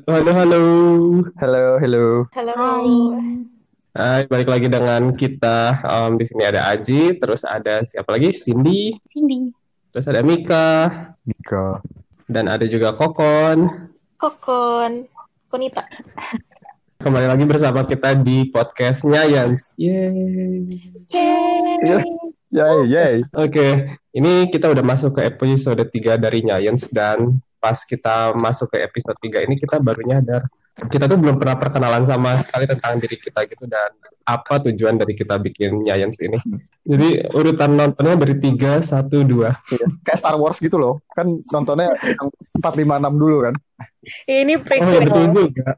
Halo, halo. Halo, halo. Halo. Hai, Hai, balik lagi dengan kita. Di sini ada Aji, terus ada siapa lagi? Cindy, Cindy. terus ada Mika, Mika. dan ada juga Kokon. Kokon. Konita. Kembali lagi bersama kita di podcastnya Yans. Yeay. Iya, Yeay. yay, yay. Oke, ini kita udah masuk ke episode 3 dari Nyayens dan pas kita masuk ke episode 3 ini kita baru nyadar kita tuh belum pernah perkenalan sama sekali tentang diri kita gitu dan apa tujuan dari kita bikin Nyayens ini. Jadi urutan nontonnya dari 3, 1, 2. Iya. Kayak Star Wars gitu loh. Kan nontonnya yang 4, 5, 6 dulu kan. Ini Oh ya betul prequel. juga.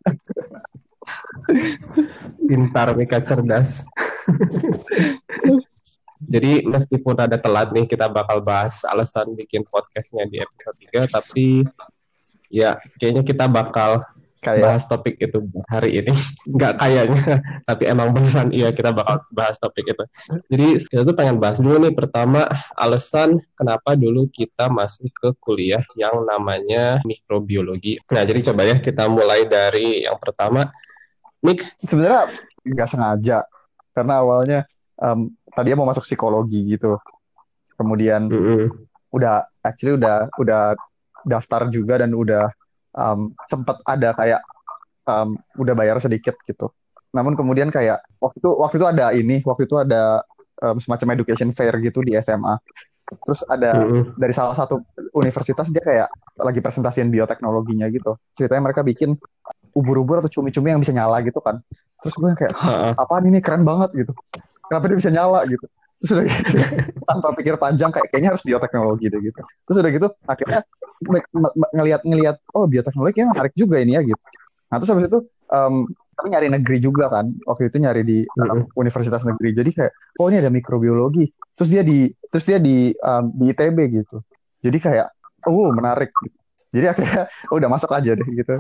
Pintar Mika cerdas. Jadi meskipun ada telat nih kita bakal bahas alasan bikin podcastnya di episode 3 tapi ya kayaknya kita bakal Kayak bahas topik itu hari ini. Nggak kayaknya, tapi emang beneran iya kita bakal bahas topik itu. Jadi kita tuh pengen bahas dulu nih pertama alasan kenapa dulu kita masuk ke kuliah yang namanya mikrobiologi. Nah jadi coba ya kita mulai dari yang pertama. Mik, sebenarnya nggak sengaja. Karena awalnya tadinya mau masuk psikologi gitu. Kemudian mm-mm. udah daftar juga dan udah sempet ada kayak udah bayar sedikit gitu. Namun kemudian kayak waktu itu ada semacam education fair gitu di SMA. Terus ada Mm-mm. dari salah satu universitas dia kayak lagi presentasiin bioteknologinya gitu. Ceritanya mereka bikin ubur-ubur atau cumi-cumi yang bisa nyala gitu kan. Terus gue kayak, hah, Ha-ha. apaan ini keren banget gitu. Kenapa dia bisa nyala gitu. Terus udah gitu, tanpa pikir panjang kayaknya harus bioteknologi deh gitu. Terus udah gitu akhirnya ngelihat oh bioteknologi kayaknya menarik juga ini ya gitu. Nah terus habis itu tapi nyari negeri juga kan. Waktu itu nyari di Mm-mm. universitas negeri. Jadi kayak oh ini ada mikrobiologi. Terus dia di ITB gitu. Jadi kayak oh menarik gitu. Jadi akhirnya oh, udah masuk aja deh gitu.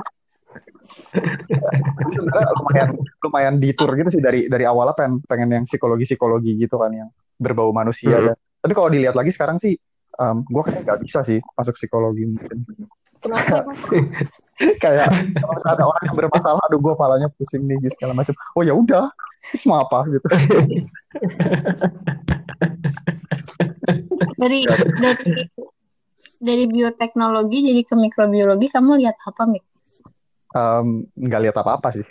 Tapi sebenarnya lumayan lumayan detour gitu sih dari awalnya pengen pengen yang psikologi gitu kan yang berbau manusia Mm-mm. dan tapi kalau dilihat lagi sekarang sih gue kayaknya nggak bisa sih masuk psikologi mungkin. Kenapa emang? Kayak kalau misalnya ada orang yang bermasalah aduh gue palanya pusing nih gitu, segala macam oh ya udah itu mau apa gitu. dari dari dari bioteknologi jadi ke mikrobiologi, kamu lihat apa, Mik? Nggak lihat apa-apa sih.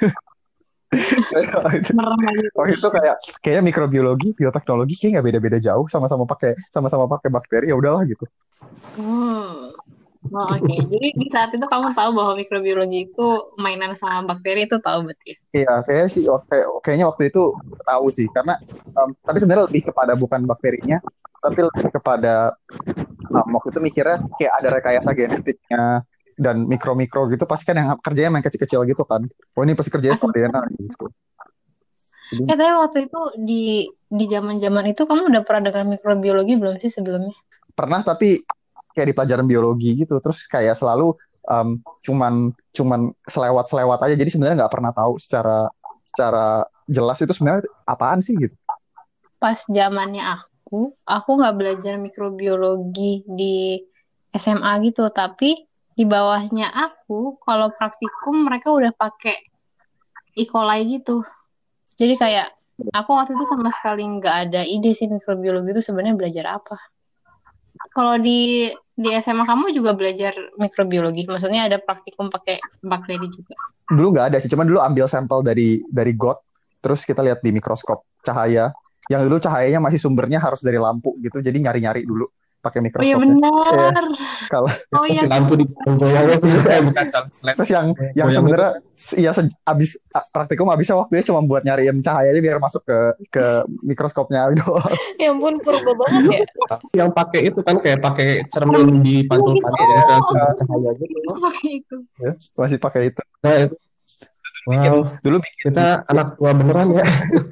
Merem aja. Oh itu kayaknya mikrobiologi bioteknologi kayak nggak beda-beda jauh sama-sama pakai bakteri ya udahlah gitu. Hmm. Oh, oke. Jadi di saat itu kamu tahu bahwa mikrobiologi itu mainan sama bakteri, itu tahu berarti ya? Iya, kayaknya sih kayaknya waktu itu tahu sih karena tapi sebenarnya lebih kepada bukan bakterinya, tapi lebih kepada waktu itu mikirnya kayak ada rekayasa genetiknya dan mikro-mikro gitu pasti kan yang kerjanya main kecil-kecil gitu kan. Oh ini pasti kerjanya Asli. sama DNA gitu. Jadi Tapi waktu itu di zaman-zaman itu kamu udah pernah dengar mikrobiologi belum sih sebelumnya? pernah tapi kayak di pelajaran biologi gitu terus kayak selalu cuman cuman selewat-selewat aja jadi sebenarnya nggak pernah tahu secara secara jelas itu sebenarnya apaan sih gitu. Pas zamannya aku nggak belajar mikrobiologi di SMA gitu, tapi di bawahnya aku, kalau praktikum mereka udah pakai E. coli gitu. Jadi kayak aku waktu itu sama sekali nggak ada ide sih mikrobiologi itu sebenarnya belajar apa. Kalau di SMA kamu juga belajar mikrobiologi, maksudnya ada praktikum pakai bakteri juga. Dulu nggak ada sih, cuman dulu ambil sampel dari got, terus kita lihat di mikroskop cahaya. Yang dulu cahayanya masih sumbernya harus dari lampu gitu, jadi nyari-nyari dulu pakai Oh iya mikroskopnya. Iya, benar. kalau Oh iya. Lampu di goyangnya sih, bukan sunset. terus yang Goyang itu. sebenarnya ya abis praktikum abisnya waktunya cuma buat nyariin cahayanya biar masuk ke mikroskopnya doang. Ya ampun, purba banget ya. Yang pakai itu kan kayak pakai cermin Iya gitu. dipantul-pantulin ke sumber Oh, cahaya gitu. pakai itu. Ya, masih pakai itu. Nah itu, Bikin wow, dulu bikin kita anak tua beneran ya.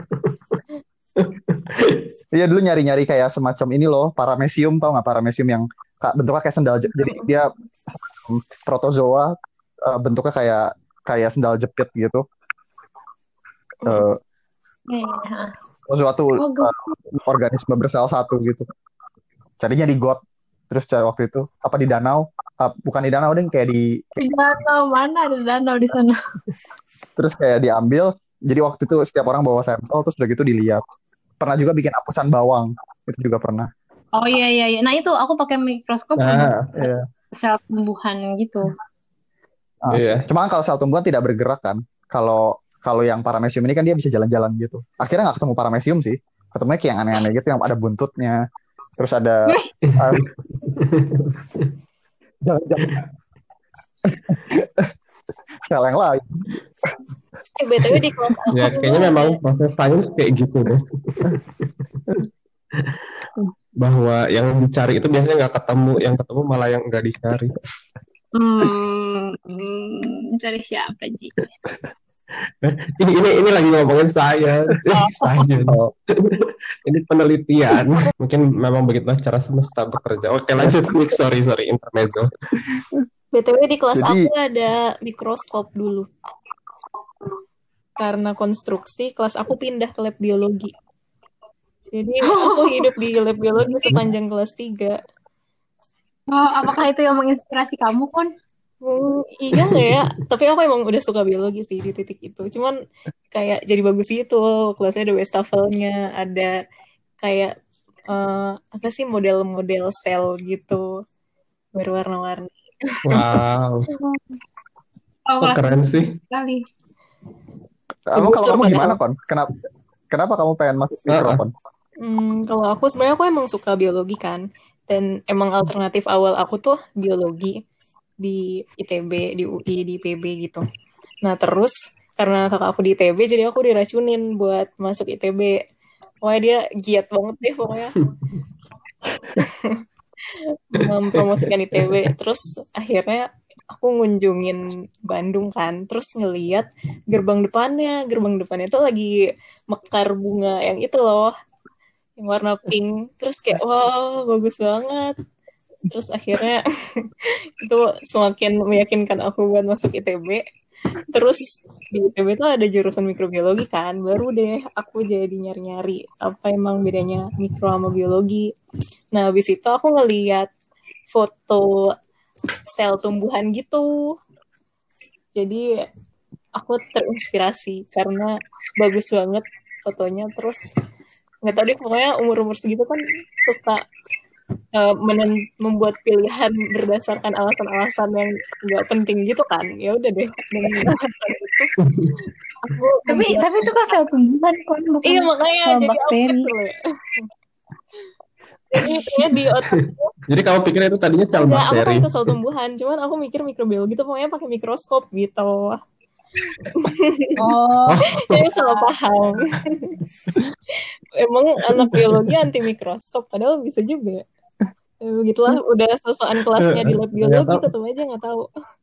Iya dulu nyari-nyari kayak semacam ini loh, paramecium tau nggak paramecium yang bentuknya kayak sendal jadi dia semacam protozoa bentuknya kayak kayak sendal jepit gitu. Eh, Iya. Suatu Oh, organisme bersel satu gitu. Carinya di got. Terus waktu itu apa di danau, bukan di danau deh, kayak Di danau mana ada danau di sana? terus kayak diambil. Jadi waktu itu setiap orang bawa sampel, terus udah gitu dilihat. Pernah juga bikin apusan bawang, itu juga pernah. Oh iya iya iya. Nah itu aku pakai mikroskop untuk Nah, Iya. sel tumbuhan gitu. iya. Cuma kalau sel tumbuhan tidak bergerak kan. Kalau kalau yang paramecium ini kan dia bisa jalan-jalan gitu. Akhirnya nggak ketemu paramecium sih. Ketemunya kayak yang aneh-aneh gitu, yang ada buntutnya. Terus ada uh, jangan-jangan sel yang lain. BTW di kelas aku Ya, kayaknya dulu memang ada. proses sains kayak gitu deh. Bahwa yang dicari itu biasanya nggak ketemu, yang ketemu malah yang nggak dicari. Cari siapa Ji? Ini lagi ngomongin sains, sains. Ini penelitian. Mungkin memang begitulah cara semesta bekerja. Oke, lanjut Nick. Sorry, intermezzo. BTW di kelas Jadi- aku ada mikroskop dulu. Karena konstruksi, kelas aku pindah ke lab biologi. Jadi aku hidup di lab biologi sepanjang kelas 3. Oh, apakah itu yang menginspirasi kamu, Kon? Iya nggak ya? Tapi aku emang udah suka biologi sih di titik itu. Cuman kayak jadi bagus gitu. Kelasnya ada wastafelnya, ada kayak apa sih model-model sel gitu berwarna-warni. Wow, Oh, kelas keren sih. sekali. Kamu gimana, Kon? Kenapa kamu pengen masuk mikrofon? Kalau aku sebenarnya aku emang suka biologi kan, dan emang alternatif awal aku tuh biologi di ITB, di UI, di IPB gitu. Nah terus karena kakak aku di ITB, jadi aku diracunin buat masuk ITB. Pokoknya dia giat banget deh pokoknya mempromosikan ITB. Terus akhirnya aku ngunjungin Bandung kan, terus ngeliat gerbang depannya tuh lagi mekar bunga yang itu loh, yang warna pink. Terus kayak wow bagus banget. Terus akhirnya itu semakin meyakinkan aku buat masuk ITB. Terus di ITB tuh ada jurusan mikrobiologi kan, baru deh aku jadi nyari-nyari apa emang bedanya mikro sama biologi. Nah habis itu aku ngeliat foto sel tumbuhan gitu, jadi aku terinspirasi karena bagus banget fotonya. Terus nggak tahu deh, pokoknya umur segitu kan suka membuat pilihan berdasarkan alasan-alasan yang nggak penting gitu kan. Ya udah deh, dengan alasan itu aku Tapi itu kan sel tumbuhan, Kon, bukan iya makanya sel jadi bakteri. aku kesel ya. Jadi intinya di otak Jadi kamu pikir itu tadinya sel enggak, aku tahu bakteri. itu sel tumbuhan, cuman aku mikir mikrobiologi tuh pokoknya pakai mikroskop gitu. Oh, Saya salah paham. Emang anak biologi anti mikroskop, padahal bisa juga. Begitulah, udah sosokan kelasnya di lab biologi, tetap aja nggak tahu.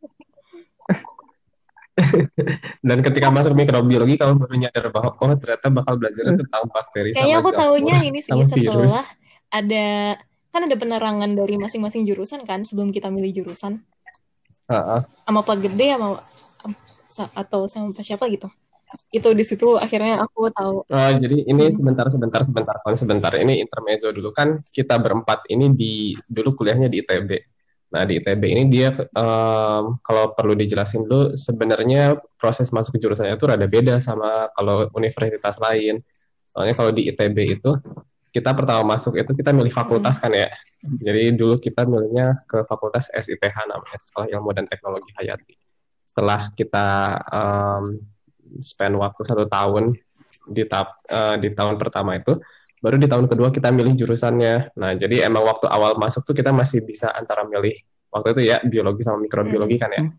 Dan ketika masuk mikrobiologi kamu baru nyadar bahwa oh ternyata bakal belajar tentang bakteri Kayaknya sama aku taunya jamur ini sih sama virus. setelah ada penerangan dari masing-masing jurusan kan sebelum kita milih jurusan. Sama Pak Gede atau sama Pak siapa gitu. Itu di situ akhirnya aku tahu. Jadi ini sebentar. Ini intermezzo dulu, kan kita berempat ini dulu kuliahnya di ITB. Nah di ITB ini dia kalau perlu dijelasin dulu, sebenarnya proses masuk ke jurusannya itu rada beda sama kalau universitas lain. Soalnya kalau di ITB itu kita pertama masuk itu kita milih fakultas kan ya. Jadi dulu kita milihnya ke fakultas SITH, namanya Sekolah Ilmu dan Teknologi Hayati. Setelah kita spend waktu 1 tahun di tahun pertama itu, baru di tahun kedua kita milih jurusannya. Nah jadi emang waktu awal masuk tuh kita masih bisa antara milih waktu itu ya biologi sama mikrobiologi kan ya.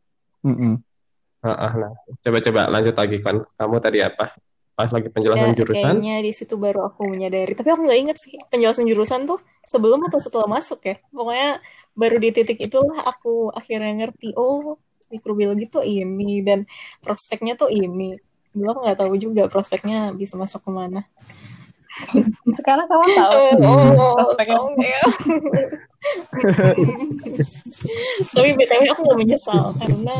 Nah coba lanjut lagi kan, kamu tadi apa? Pas lagi penjelasan jurusan? Kayaknya di situ baru aku menyadari. Tapi aku nggak inget sih penjelasan jurusan tuh sebelum atau setelah masuk ya. Pokoknya baru di titik itulah aku akhirnya ngerti, oh mikrobiologi tuh ini dan prospeknya tuh ini. Dulu aku nggak tahu juga prospeknya bisa masuk kemana. Sekarang kamu tahu prospeknya. Ya. Tapi BTW aku nggak menyesal karena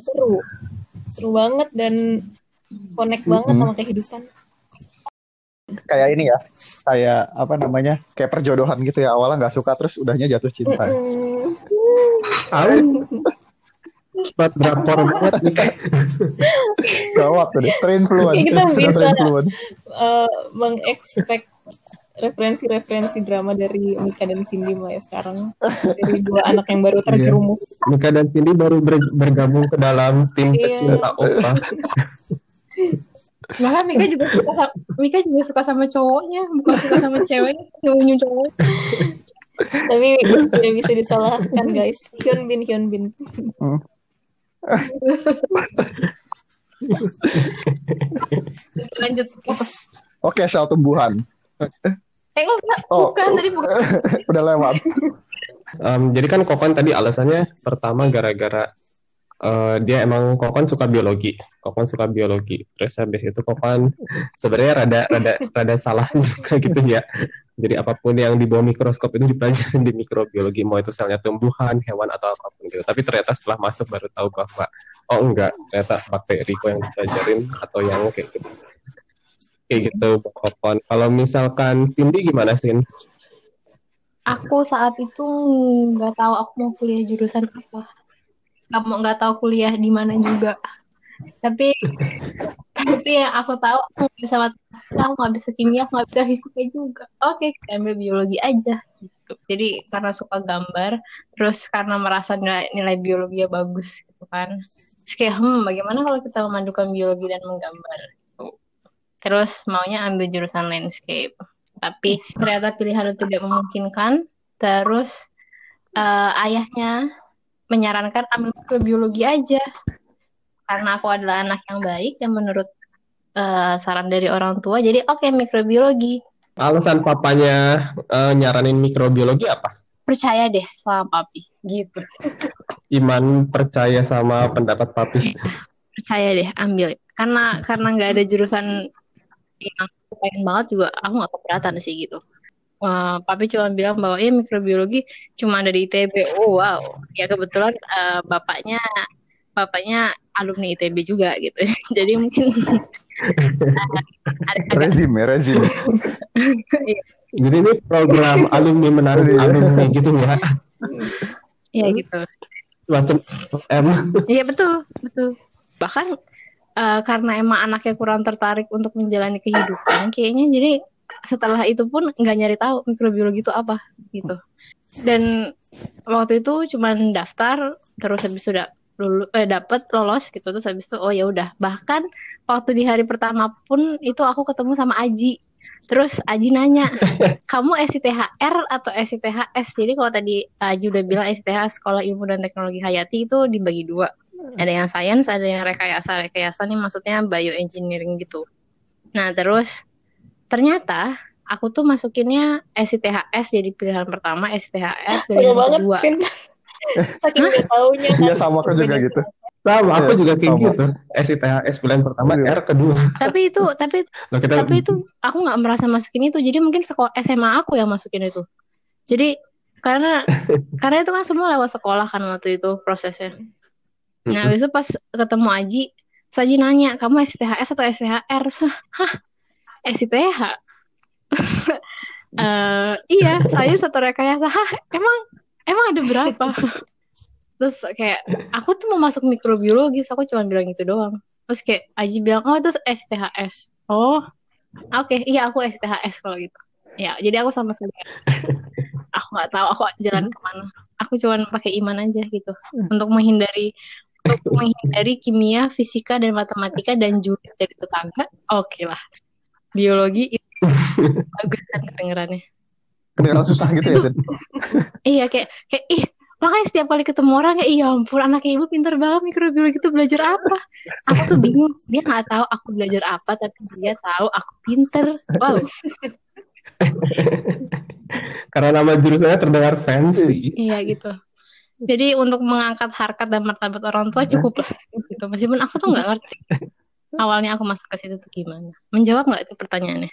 seru banget dan connect banget sama kehidupan. kayak ini ya, kayak apa namanya, kayak perjodohan gitu ya, awalnya nggak suka terus udahnya jatuh cinta. Mm-mm. Tahu buat drakor banget nih Kak. Gawat tuh deh, terinfluence, Kayak kita sudah bisa terinfluence. mengekspek referensi-referensi drama dari Mika dan Cindy mulai sekarang, dari dua anak yang baru Iya. terjerumus. Mika dan Cindy baru bergabung ke dalam tim Iya. pecinta Oppa. Bahkan Mika juga suka sama cowoknya, bukan suka sama ceweknya, cowok. Tapi tidak bisa disalahkan guys. Hyun Bin. Lanjut. Oke, sel tumbuhan. Enggak, Oh, bukan tadi bukan. udah lewat. Jadi kan Kokon tadi alasannya pertama gara-gara dia emang Kokon suka biologi. Terus habis itu Kokon sebenarnya rada salah juga gitu ya. Jadi apapun yang di bawah mikroskop itu dipelajarin di mikrobiologi, mau itu selnya tumbuhan, hewan atau apapun gitu. Tapi ternyata setelah masuk baru tahu bahwa oh enggak, ternyata bakteri kok yang dipelajarin atau yang kayak gitu. Kayak gitu Kokon. Kalau misalkan Cindy gimana sih? Aku saat itu nggak tahu aku mau kuliah jurusan apa. Nggak tahu kuliah di mana juga. Tapi yang aku tahu aku nggak bisa matematika, aku nggak bisa kimia, aku nggak bisa fisika juga. Oke, ambil biologi aja gitu. Jadi karena suka gambar, terus karena merasa nilai biologinya bagus gitu kan. Terus kayak bagaimana kalau kita memadukan biologi dan menggambar gitu. Terus maunya ambil jurusan landscape. Tapi ternyata pilihan itu tidak memungkinkan. Terus ayahnya menyarankan ambil biologi aja. Karena aku adalah anak yang baik yang menurut saran dari orang tua. Jadi oke, mikrobiologi. Alasan papanya nyaranin mikrobiologi apa? Percaya deh sama papi gitu. Iman percaya sama pendapat papi. Percaya deh, ambil. Karena nggak ada jurusan yang aku pengen banget juga, aku nggak keberatan sih gitu. Papi cuma bilang bahwa mikrobiologi cuma ada di ITB. Oh wow, ya kebetulan bapaknya alumni ITB juga gitu. Jadi mungkin rezim. Jadi ini program alumni menarik alumni gitu ya. Iya gitu. Macam Iya betul. Bahkan karena emang anaknya kurang tertarik untuk menjalani kehidupan, kayaknya jadi setelah itu pun nggak nyari tahu mikrobiologi itu apa gitu. Dan waktu itu cuman daftar, terus habis sudah dapet lolos gitu, terus habis itu oh ya udah. Bahkan waktu di hari pertama pun itu aku ketemu sama Aji. Terus Aji nanya, kamu SITHR atau SITHS? Jadi kalau tadi Aji udah bilang SITH Sekolah Ilmu dan Teknologi Hayati itu dibagi dua. Ada yang sains, ada yang rekayasa. Rekayasa ini maksudnya bioengineering gitu. Nah terus ternyata aku tuh masukinnya SITHS jadi pilihan pertama, SITHR pilihan kedua. Saking gak taunya kan. Iya sama aku juga gitu. Sama, aku juga kayak gitu. SITHS pilihan pertama, R kedua. Tapi itu aku nggak merasa masukin itu. Jadi mungkin SMA aku yang masukin itu. Jadi karena itu kan semua lewat sekolah kan waktu itu prosesnya. Nah, habis itu pas ketemu Aji, Saji nanya, kamu SITHS atau SITHR? Hah? SITH? Iya, saya satu rekayasa. Hah? Emang ada berapa? Terus kayak aku tuh mau masuk mikrobiologi, aku cuma bilang gitu doang. Terus kayak Aji bilang, oh itu SITHS. Oh, oke, iya aku SITHS kalau gitu. Ya, jadi aku sama sekali aku nggak tahu aku jalan kemana. Aku cuma pakai iman aja gitu untuk menghindari kimia, fisika dan matematika dan julid dari tetangga. Oke lah, biologi itu bagus kan kedengerannya. Kedengeran susah gitu ya, Sin? Iya kayak makanya setiap kali ketemu orang kayak iya ampun anak ibu pintar banget mikrobiologi itu belajar apa. Aku tuh bingung, dia nggak tahu aku belajar apa tapi dia tahu aku pintar. Wow. Karena nama jurusannya terdengar fancy. Iya gitu. Jadi untuk mengangkat harkat dan martabat orang tua cukup lah gitu. Meskipun aku tuh nggak ngerti awalnya aku masuk ke situ tuh gimana. Menjawab nggak itu pertanyaannya?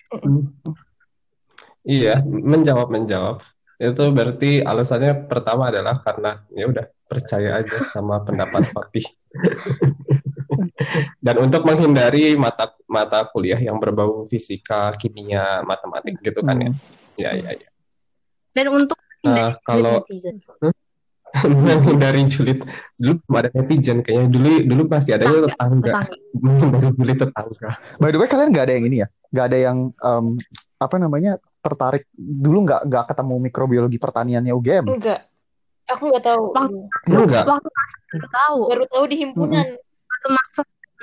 Iya, menjawab. Itu berarti alasannya pertama adalah karena ya udah percaya aja sama pendapat papi. Dan untuk menghindari mata kuliah yang berbau fisika, kimia, matematik gitu kan ya. Ya, ya, ya. Dan untuk Kalau netizen. dari julid dulu belum ada netizen kayaknya, dulu masih adanya tetangga. Dari julid tetangga. By the way, kalian nggak ada yang ini ya? Nggak ada yang tertarik dulu nggak ketemu mikrobiologi pertaniannya UGM? Enggak. Aku nggak tahu. Enggak. Waktu masuk baru tahu. Baru tahu di himpunan. Waktu masuk.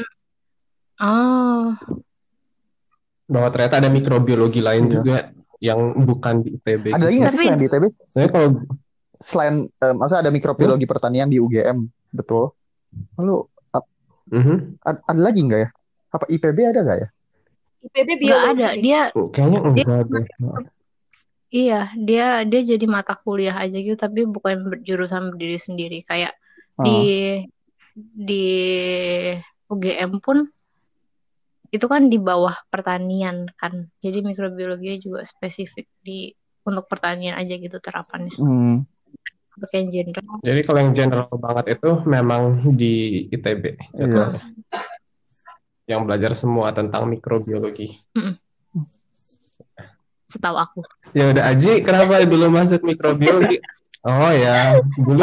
Oh. Bahwa ternyata ada mikrobiologi lain juga yang bukan di ITB. Ada lagi nggak sih selain di ITB? Saya kalau maksudnya ada mikrobiologi pertanian di UGM, betul? Lalu ada lagi nggak ya? Apa IPB ada nggak ya? IPB biologi. Nggak ada. Dia kayaknya enggak deh. Iya, dia jadi mata kuliah aja gitu, tapi bukan jurusan berdiri sendiri. Kayak di UGM pun itu kan di bawah pertanian kan. Jadi mikrobiologi juga spesifik untuk pertanian aja gitu terapannya. Bukan general. Jadi kalau yang general banget itu memang di ITB. Iya. Yang belajar semua tentang mikrobiologi. Setahu aku. Ya udah, Aji, kenapa dulu masuk mikrobiologi? Oh ya, dulu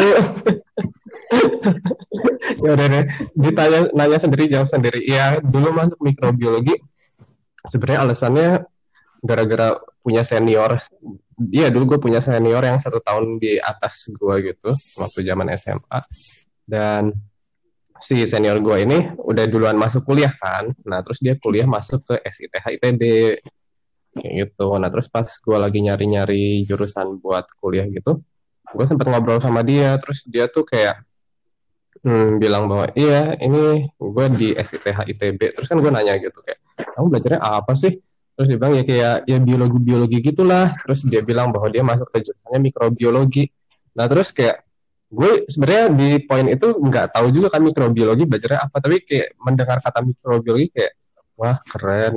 ya udah deh, nanya sendiri, jawab sendiri. Ya, dulu masuk mikrobiologi sebenarnya alasannya gara-gara punya senior. Iya, dulu gue punya senior yang 1 tahun di atas gue gitu waktu zaman SMA. Dan si senior gue ini udah duluan masuk kuliah kan. Nah, terus dia kuliah masuk ke SITH ITB. Kayak gitu. Nah, terus pas gue lagi nyari-nyari jurusan buat kuliah gitu, gue sempat ngobrol sama dia. Terus dia tuh kayak bilang bahwa iya, ini gue di SITH ITB. Terus kan gue nanya gitu kayak, kamu belajarnya apa sih? Terus dia bilang ya kayak ya biologi gitulah. Terus dia bilang bahwa dia masuk ke jurusannya mikrobiologi. Nah, terus kayak gue sebenarnya di poin itu nggak tahu juga kan mikrobiologi belajarnya apa, tapi kayak mendengar kata mikrobiologi kayak wah keren.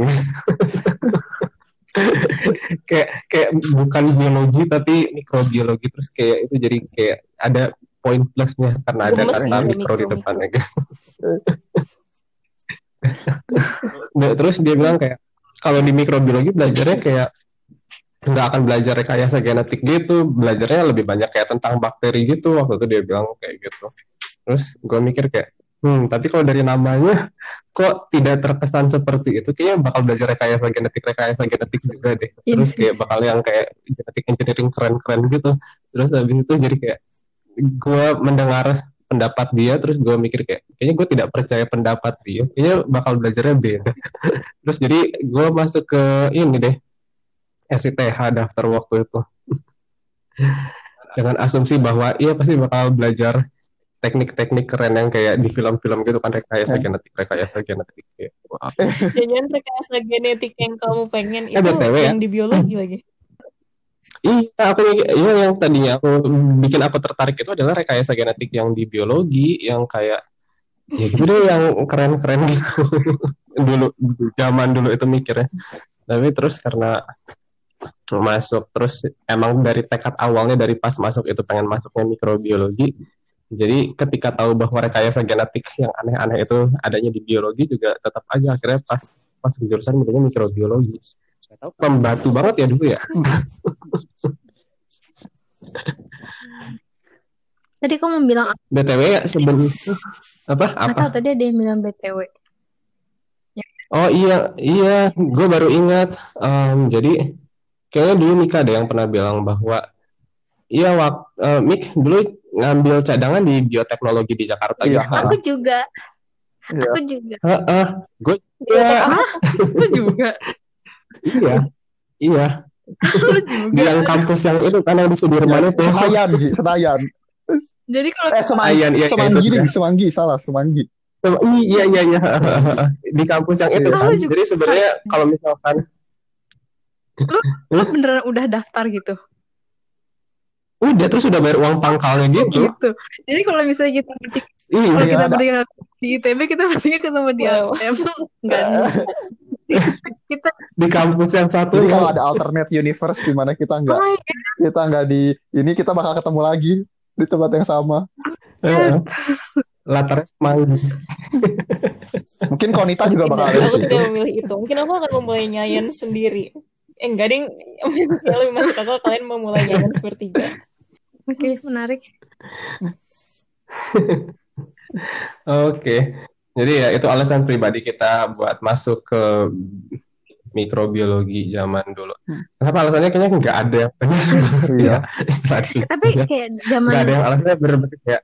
kayak bukan biologi tapi mikrobiologi, terus kayak itu jadi kayak ada poin plusnya karena ada kata mikro di depannya gitu. Terus dia bilang kayak kalau di mikrobiologi belajarnya kayak nggak akan belajar rekayasa genetik gitu, belajarnya lebih banyak kayak tentang bakteri gitu. Waktu itu dia bilang kayak gitu. Terus gue mikir kayak tapi kalau dari namanya kok tidak terkesan seperti itu, kayaknya bakal belajar rekayasa genetik juga deh. Terus kayak bakal yang kayak genetik engineering keren-keren gitu. Terus habis itu jadi kayak gue mendengar pendapat dia, terus gue mikir kayak kayaknya gue tidak percaya pendapat dia, kayaknya bakal belajarnya beda. Terus jadi gue masuk ke ini deh, SITH daftar waktu itu. Dengan asumsi bahwa iya pasti bakal belajar teknik-teknik keren yang kayak di film-film gitu kan, rekayasa genetik kayak, wow. Jangan rekayasa genetik yang kamu pengen itu BTW, yang di biologi lagi. Iya, yang tadinya bikin aku tertarik itu adalah rekayasa genetik yang di biologi, yang kayak ya gitu deh, yang keren-keren gitu. Zaman dulu itu mikirnya. Tapi terus karena masuk, terus emang dari tekad awalnya dari pas masuk itu pengen masuknya mikrobiologi. Jadi ketika tahu bahwa rekayasa genetik yang aneh-aneh itu adanya di biologi juga tetap aja akhirnya pas jurusan milihnya mikrobiologi. Gak tahu, pembantu banget ya dulu ya. Tadi kamu bilang BTW ya sebenarnya apa? Atau tadi ada yang bilang BTW. Oh iya, gue baru ingat. Jadi kayaknya dulu Mika ada yang pernah bilang bahwa iya Mik dulu ngambil cadangan di bioteknologi di Jakarta. Iya. Gitu kan? Aku juga. Iya. Aku juga. Gue Aku juga. Iya. Di yang kampus yang itu kan yang di Sudirman itu. Senayan. Jadi kalau Semanggi, salah Semanggi. Iya. Di kampus yang itu kan. Jadi sebenarnya kalau misalkan lu beneran udah daftar gitu? Udah, terus udah bayar uang pangkalnya gitu. Jadi kalau misalnya kita bertiga di ITB, kita bertiga ketemu di ATM. Kita di kampus yang satu. Jadi kalau ada alternate universe di mana kita nggak di ini, kita bakal ketemu lagi di tempat yang sama. Latarnya Semanggi. Mungkin Konita juga bakal ada di Aku situ. tidak memilih itu. Mungkin aku akan memulai nyanyian sendiri. Enggak ding, lebih masuk akal kalian memulai nyanyian bertiga. Oke, menarik. Oke. Jadi ya itu alasan pribadi kita buat masuk ke mikrobiologi zaman dulu. Kenapa alasannya kayaknya nggak ada yang Iya. Tapi kayak zaman nggak ada yang alasannya bener-bener kayak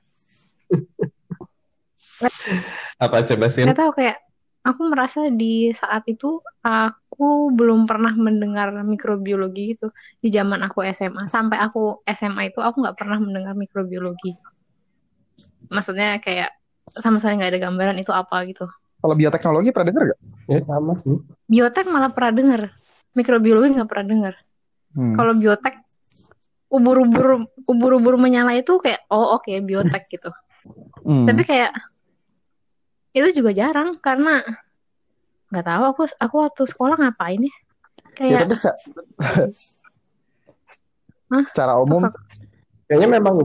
apa coba sih? nggak tahu, kayak aku merasa di saat itu aku belum pernah mendengar mikrobiologi gitu di zaman aku SMA. Sampai aku SMA itu aku nggak pernah mendengar mikrobiologi. Maksudnya kayak sama sekali nggak ada gambaran itu apa gitu. Kalau bioteknologi pernah dengar gak? Ya sama sih. Biotek malah pernah dengar, mikrobiologi nggak pernah dengar. Kalau biotek ubur-ubur menyala itu kayak oke, biotek gitu. Tapi kayak itu juga jarang karena nggak tahu aku waktu sekolah ngapain ya. Ya Kayak tapi secara umum kayaknya memang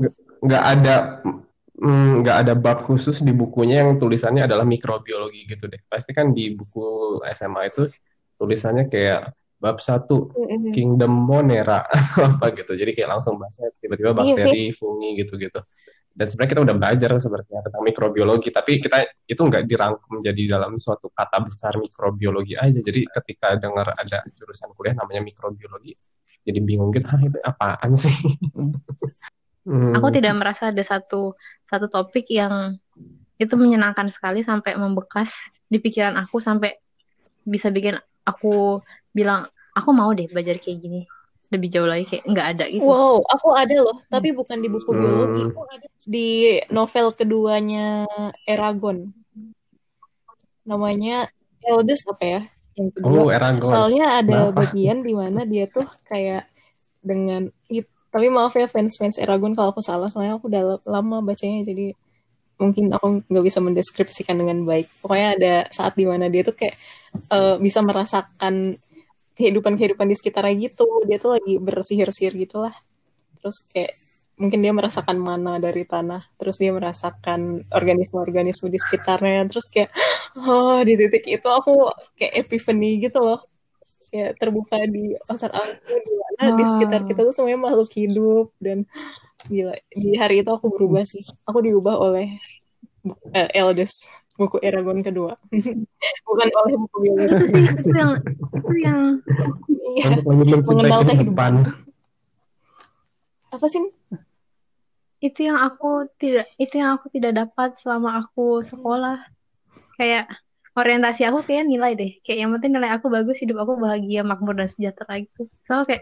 nggak ada bab khusus di bukunya yang tulisannya adalah mikrobiologi gitu deh. Pasti kan di buku SMA itu tulisannya kayak bab 1 Kingdom Monera apa gitu. Jadi kayak langsung bahasnya tiba-tiba bakteri, fungi gitu-gitu. Dan sebenarnya kita udah belajar sebenarnya tentang mikrobiologi, tapi kita itu nggak dirangkum jadi dalam suatu kata besar mikrobiologi aja. Jadi ketika dengar ada jurusan kuliah namanya mikrobiologi, jadi bingung gitu, itu apaan sih? Aku tidak merasa ada satu topik yang itu menyenangkan sekali sampai membekas di pikiran aku sampai bisa bikin aku bilang aku mau deh belajar kayak gini lebih jauh lagi, kayak nggak ada gitu. Wow, aku ada loh, tapi bukan di buku biologi, aku ada di novel keduanya Eragon. Namanya Eldest apa ya? Yang kedua. Eragon. Soalnya ada bagian di mana dia tuh kayak dengan tapi maaf ya fans Eragon kalau aku salah, soalnya aku udah lama bacanya, jadi mungkin aku nggak bisa mendeskripsikan dengan baik. Pokoknya ada saat di mana dia tuh kayak bisa merasakan kehidupan di sekitarnya gitu. Dia tuh lagi bersihir-sihir gitulah. Terus kayak mungkin dia merasakan mana dari tanah. Terus dia merasakan organisme-organisme di sekitarnya. Terus kayak di titik itu aku kayak epiphany gitu loh. Kayak terbuka di otak aku di mana di sekitar kita tuh semuanya makhluk hidup. Dan gila, di hari itu aku berubah sih. Aku diubah oleh Eldest, buku Eragon kedua. Bukan oleh buku biologi. Itu sih itu yang iya, mengenal kehidupan. Apa sih? Itu yang aku tidak dapat selama aku sekolah. Kayak orientasi aku kayak nilai deh. Kayak yang penting nilai aku bagus, hidup aku bahagia, makmur dan sejahtera gitu. So kayak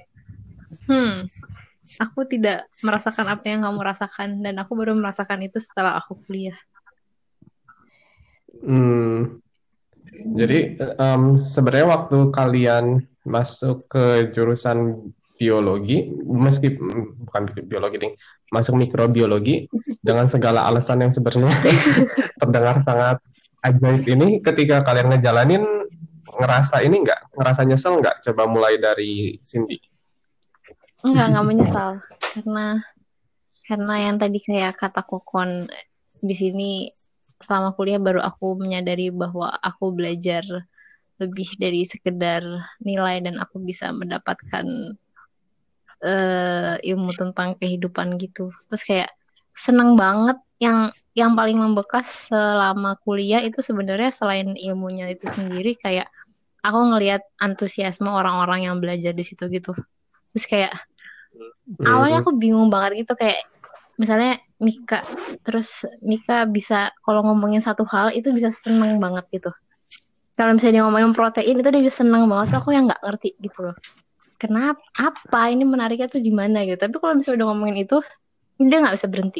aku tidak merasakan apa yang kamu rasakan, dan aku baru merasakan itu setelah aku kuliah. Jadi sebenarnya waktu kalian masuk ke jurusan biologi, bukan biologi nih, masuk mikrobiologi dengan segala alasan yang sebenarnya terdengar sangat ajaib ini, ketika kalian ngejalanin ngerasa nyesel nggak? Coba mulai dari Cindy. Nggak menyesal karena yang tadi kayak kata Kokon di sini, selama kuliah baru aku menyadari bahwa aku belajar lebih dari sekedar nilai dan aku bisa mendapatkan ilmu tentang kehidupan gitu. Terus kayak seneng banget, yang paling membekas selama kuliah itu sebenarnya selain ilmunya itu sendiri, kayak aku ngelihat antusiasme orang-orang yang belajar di situ gitu. Terus kayak awalnya aku bingung banget gitu, kayak misalnya Mika bisa kalau ngomongin satu hal itu bisa seneng banget gitu. Kalau misalnya dia ngomongin protein itu dia bisa seneng banget, so aku yang nggak ngerti gitu loh. Kenapa? Apa ini menariknya tuh gimana gitu. Tapi kalau misalnya udah ngomongin itu, dia nggak bisa berhenti.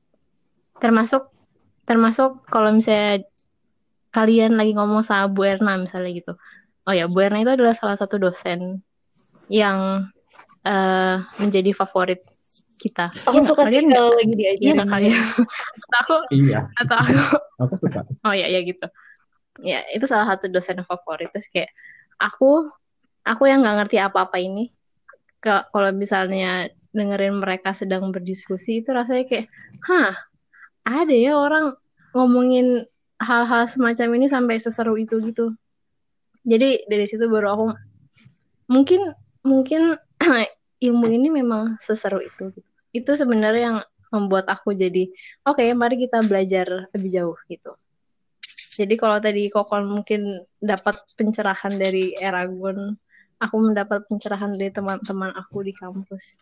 Termasuk kalau misalnya kalian lagi ngomong sama Bu Erna misalnya gitu. Oh ya, Bu Erna itu adalah salah satu dosen yang menjadi favorit kita. Aku suka sih kalau lagi diajarin. Iya kalian. Atau aku suka. Oh ya gitu. Ya itu salah satu dosen favorit. Terus kayak aku yang nggak ngerti apa-apa ini, kalau misalnya dengerin mereka sedang berdiskusi itu rasanya kayak, ada ya orang ngomongin hal-hal semacam ini sampai seseru itu gitu. Jadi dari situ baru aku mungkin ilmu ini memang seseru itu gitu. Itu sebenarnya yang membuat aku jadi oke, mari kita belajar lebih jauh gitu. Jadi kalau tadi Kokon mungkin dapat pencerahan dari Eragon, aku mendapat pencerahan dari teman-teman aku di kampus.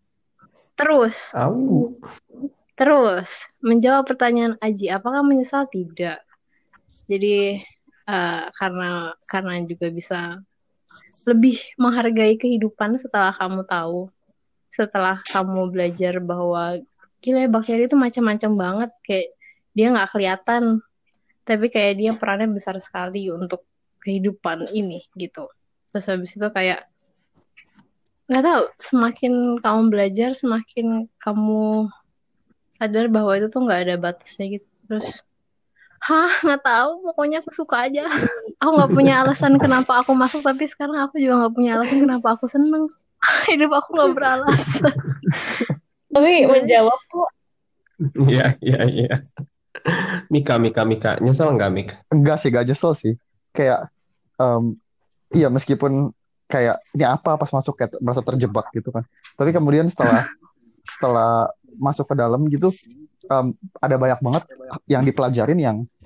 Terus menjawab pertanyaan Aji, apakah menyesal? Tidak. Jadi karena juga bisa lebih menghargai kehidupan setelah kamu tahu, setelah kamu belajar bahwa gila bakteri itu macam-macam banget, kayak dia nggak kelihatan, tapi kayak dia perannya besar sekali untuk kehidupan ini gitu. Terus habis itu kayak nggak tahu, semakin kamu belajar, semakin kamu sadar bahwa itu tuh nggak ada batasnya gitu. Terus nggak tahu, pokoknya aku suka aja. Aku nggak punya alasan kenapa aku masuk, tapi sekarang aku juga nggak punya alasan kenapa aku seneng. Hidup aku nggak beralasan. Tapi menjawab kok. Iya. Mika. Nyesel nggak, Mika? Enggak sih, gak nyesel sih. Kayak iya, meskipun kayak ini apa pas masuk kayak merasa terjebak gitu kan. Tapi kemudian setelah masuk ke dalam gitu, ada banyak banget yang dipelajarin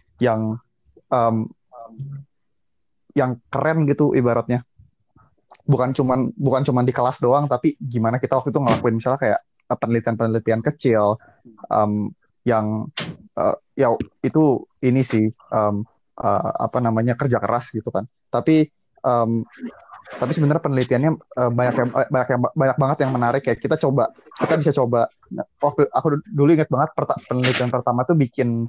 yang keren gitu ibaratnya. Bukan cuman di kelas doang, tapi gimana kita waktu itu ngelakuin misalnya kayak penelitian kecil yang ya itu ini sih kerja keras gitu kan. Tapi sebenarnya penelitiannya banyak banget yang menarik. Kayak kita bisa coba. Waktu aku dulu ingat banget penelitian pertama tuh bikin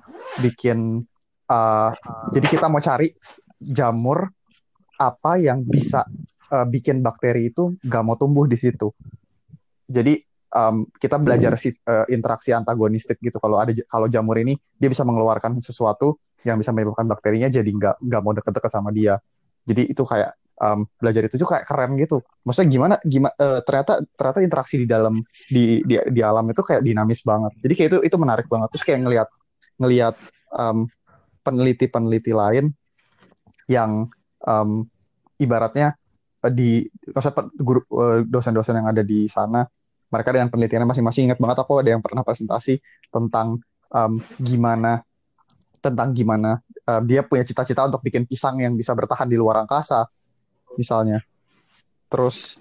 jadi kita mau cari jamur apa yang bisa bikin bakteri itu gak mau tumbuh di situ. Jadi kita belajar interaksi antagonistik gitu. Kalau jamur ini dia bisa mengeluarkan sesuatu yang bisa menyebabkan bakterinya jadi nggak mau deket-deket sama dia. Jadi itu kayak belajar itu juga kayak keren gitu. Maksudnya gimana ternyata interaksi di dalam di alam itu kayak dinamis banget. Jadi kayak itu menarik banget. Terus kayak ngelihat peneliti lain yang ibaratnya guru dosen-dosen yang ada di sana, mereka dengan penelitiannya masing-masing. Ingat banget aku ada yang pernah presentasi tentang gimana dia punya cita-cita untuk bikin pisang yang bisa bertahan di luar angkasa misalnya. Terus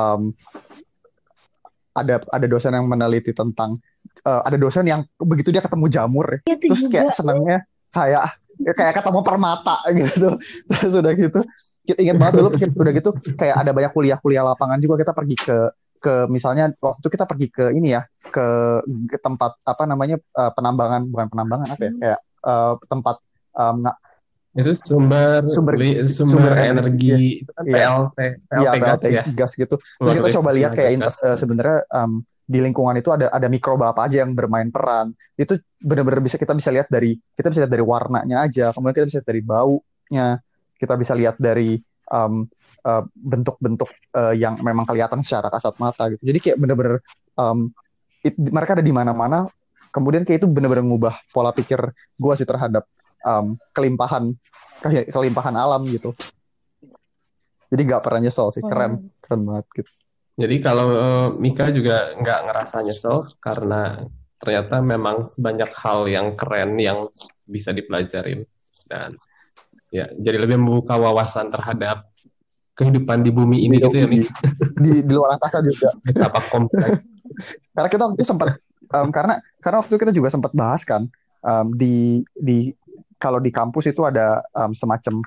ada dosen yang meneliti tentang ada dosen yang begitu dia ketemu jamur terus kayak senangnya kayak ketemu permata gitu. Terus udah gitu kita ingat banget dulu udah gitu kayak ada banyak kuliah lapangan juga. Kita pergi ke misalnya waktu itu kita pergi ke ini ya, ke tempat penambangan, bukan penambangan kayak tempat itu sumber energi PLT gas gitu. Terus kita coba lihat kayak sebenarnya di lingkungan itu ada mikroba apa aja yang bermain peran. Itu benar-benar kita bisa lihat dari warnanya aja, kemudian kita bisa lihat dari baunya, kita bisa lihat dari bentuk-bentuk yang memang kelihatan secara kasat mata gitu. Jadi kayak benar-benar mereka ada di mana-mana. Kemudian kayak itu benar-benar ngubah pola pikir gue sih terhadap kelimpahan alam gitu. Jadi nggak pernah nyesel sih, keren banget gitu. Jadi kalau Mika juga nggak ngerasa nyesel karena ternyata memang banyak hal yang keren yang bisa dipelajarin, dan ya jadi lebih membuka wawasan terhadap kehidupan di bumi ini gitu ya, Mika. Di luar angkasa juga. Betapa kompleks. Karena kita waktu itu sempat karena waktu itu kita juga sempat bahas kan di kalau di kampus itu ada semacam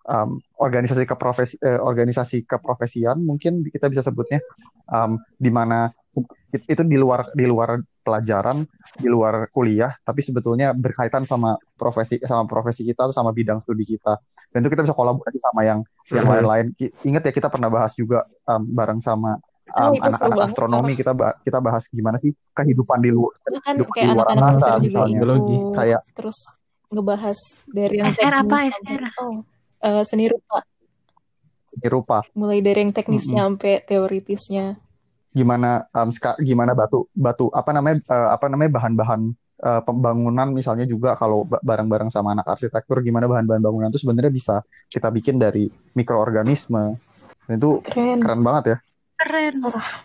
organisasi keprofesian mungkin kita bisa sebutnya, di mana itu di luar pelajaran, di luar kuliah, tapi sebetulnya berkaitan sama profesi kita atau sama bidang studi kita. Dan itu kita bisa kolaborasi sama yang lain-lain. Ingat ya, kita pernah bahas juga bareng sama anak-anak astronomi. Kita bahas gimana sih kehidupan di luar angkasa misalnya. Kayak terus ngebahas dari yang SR apa SR? Seni rupa. Mulai dari yang teknisnya sampai teoritisnya. Gimana batu bahan-bahan pembangunan misalnya juga kalau bareng-bareng sama anak arsitektur gimana bahan-bahan bangunan itu sebenarnya bisa kita bikin dari mikroorganisme. Dan itu Keren. keren banget ya. Keren.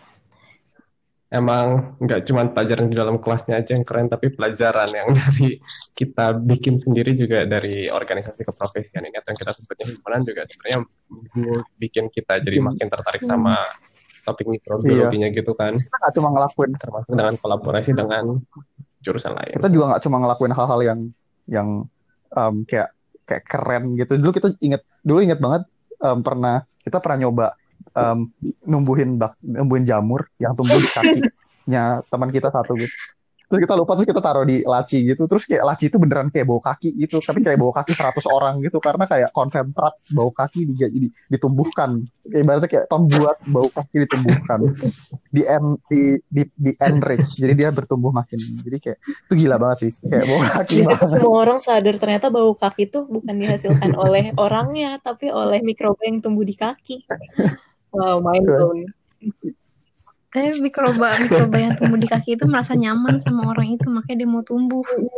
Emang nggak cuma pelajaran di dalam kelasnya aja yang keren, tapi pelajaran yang dari kita bikin sendiri juga dari organisasi keprofesian ini atau yang kita sebutnya himpunan juga sebenarnya bikin kita jadi makin tertarik sama topik mikrobiologinya gitu kan, Kita nggak cuma ngelakuin, termasuk dengan kolaborasi dengan jurusan lain. kita juga nggak cuma ngelakuin hal-hal yang kayak keren gitu. Dulu inget banget kita pernah nyoba numbuhin jamur yang tumbuh di kakinya teman kita satu gitu. Terus kita lupa, terus kita taruh di laci gitu. Terus kayak laci itu beneran kayak bau kaki gitu. Tapi kayak bau kaki 100 orang gitu. Karena kayak konsentrat bau kaki ditumbuhkan. Kayak ibaratnya kayak pembuat bau kaki ditumbuhkan. Di enrich. Jadi dia bertumbuh makin. Jadi kayak itu gila banget sih. Kayak bau kaki Di situ banget. semua orang sadar ternyata bau kaki itu bukan dihasilkan oleh orangnya, tapi oleh mikroba yang tumbuh di kaki. Wow, mind blown. Tapi mikroba yang tumbuh di kaki itu merasa nyaman sama orang itu, makanya dia mau tumbuh.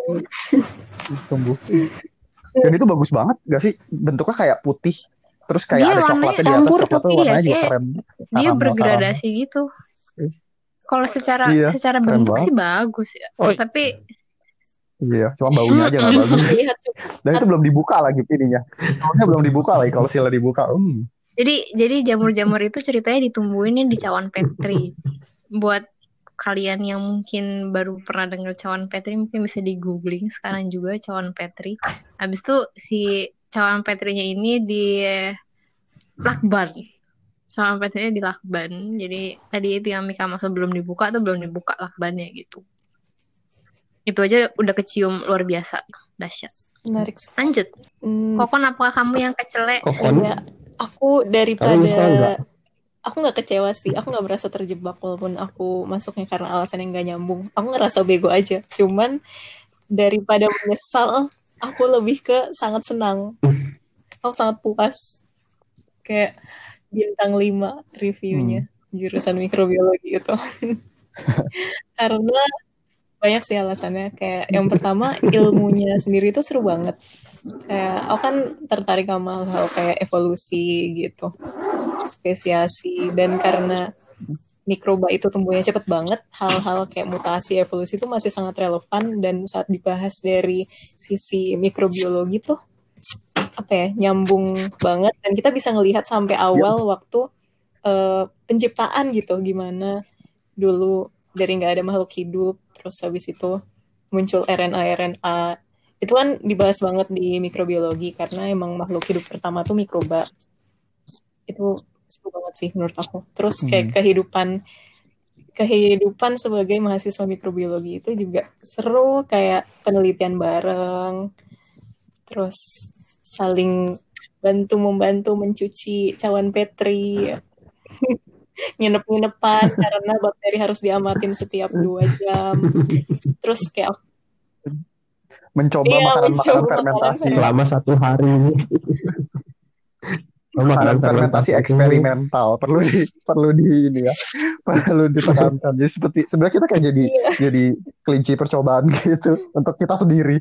Tumbuh. Dan itu bagus banget gak sih? Bentuknya kayak putih. Terus kayak Dia ada warnanya coklatnya di atas. campur Coklatnya tapi warnanya ya juga kayak keren. dia bergradasi gitu. Kalau secara Iya, keren bentuk banget. sih bagus ya. Oh. Tapi Iya, cuma baunya aja nggak bagus. Terlihat Dan itu belum dibuka lagi ininya. Silnya belum dibuka lagi. Kalau silnya dibuka, jadi jamur-jamur itu ceritanya ditumbuhinnya di cawan petri. Buat kalian yang mungkin baru pernah dengar cawan petri, mungkin bisa di googling sekarang juga cawan petri. Habis itu si cawan petrinya ini di lakban. Cawan petrinya di lakban. Jadi tadi itu yang Mika maksud belum dibuka lakbannya gitu. Itu aja udah kecium luar biasa. Dahsyat. menarik. Lanjut. Kokon, apakah kamu yang kecele? Enggak. Aku Kamu misal enggak? aku nggak kecewa sih, aku nggak merasa terjebak walaupun aku masuknya karena alasan yang nggak nyambung. Aku ngerasa bego aja. Cuman daripada menyesal, aku lebih ke sangat senang. Aku sangat puas. Kayak bintang 5 reviewnya jurusan mikrobiologi itu. Karena banyak sih alasannya. Kayak yang pertama, ilmunya sendiri itu seru banget. Kayak aku kan tertarik sama hal kayak evolusi gitu, spesiasi, dan karena mikroba itu tumbuhnya cepet banget, hal-hal kayak mutasi, evolusi itu masih sangat relevan, dan saat dibahas dari sisi mikrobiologi tuh nyambung banget, dan kita bisa ngelihat sampai awal waktu penciptaan gitu, gimana dulu dari nggak ada makhluk hidup, terus habis itu muncul RNA. Itu kan dibahas banget di mikrobiologi karena emang makhluk hidup pertama tuh mikroba. Itu seru banget sih menurut aku. Terus kayak kehidupan sebagai mahasiswa mikrobiologi itu juga seru, kayak penelitian bareng, terus saling bantu-membantu mencuci cawan petri, nginep-nginepan karena bakteri harus diamatin setiap 2 jam. Terus kayak mencoba makanan fermentasi selama 1 hari. makanan fermentasi eksperimental perlu ditekankan. Jadi sebenarnya kita kayak jadi kelinci percobaan gitu untuk kita sendiri.